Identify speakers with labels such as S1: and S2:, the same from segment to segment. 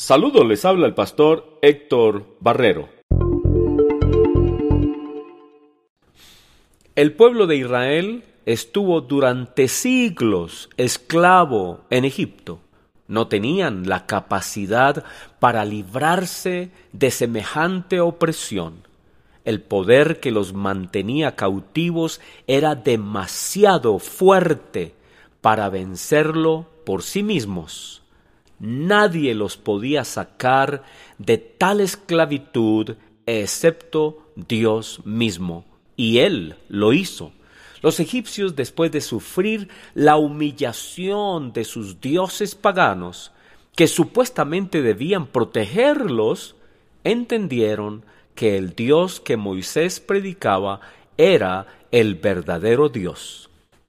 S1: Saludos, les habla el pastor Héctor Barrero. El pueblo de Israel estuvo durante siglos esclavo en Egipto. No tenían la capacidad para librarse de semejante opresión. El poder que los mantenía cautivos era demasiado fuerte para vencerlo por sí mismos. Nadie los podía sacar de tal esclavitud excepto Dios mismo, y Él lo hizo. Los egipcios, después de sufrir la humillación de sus dioses paganos, que supuestamente debían protegerlos, entendieron que el Dios que Moisés predicaba era el verdadero Dios.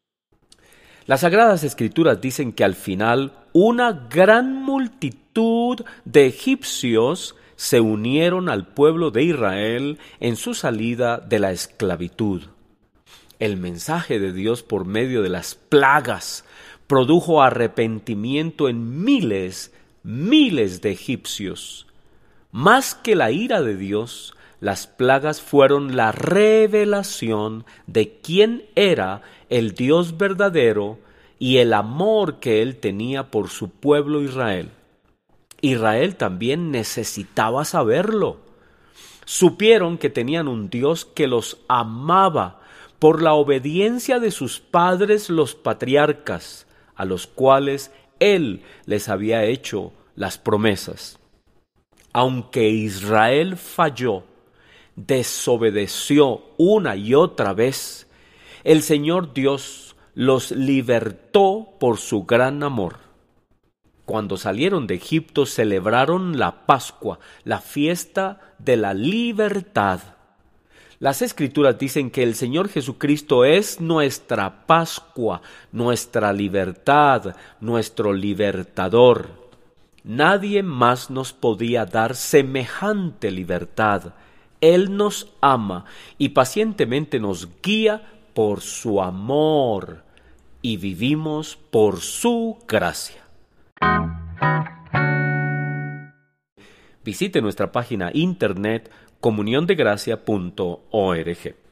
S1: Las Sagradas Escrituras dicen que al final una gran multitud de egipcios se unieron al pueblo de Israel en su salida de la esclavitud. El mensaje de Dios por medio de las plagas produjo arrepentimiento en miles de egipcios. Más que la ira de Dios, las plagas fueron la revelación de quién era el Dios verdadero y el amor que Él tenía por su pueblo Israel. Israel también necesitaba saberlo. Supieron que tenían un Dios que los amaba por la obediencia de sus padres los patriarcas, a los cuales Él les había hecho las promesas. Aunque Israel falló, desobedeció una y otra vez, el Señor Dios los libertó por su gran amor. Cuando salieron de Egipto celebraron la Pascua, la fiesta de la libertad. Las Escrituras dicen que el Señor Jesucristo es nuestra Pascua, nuestra libertad, nuestro libertador. Nadie más nos podía dar semejante libertad. Él nos ama y pacientemente nos guía por su amor y vivimos por su gracia. Visite nuestra página internet comuniondegracia.org.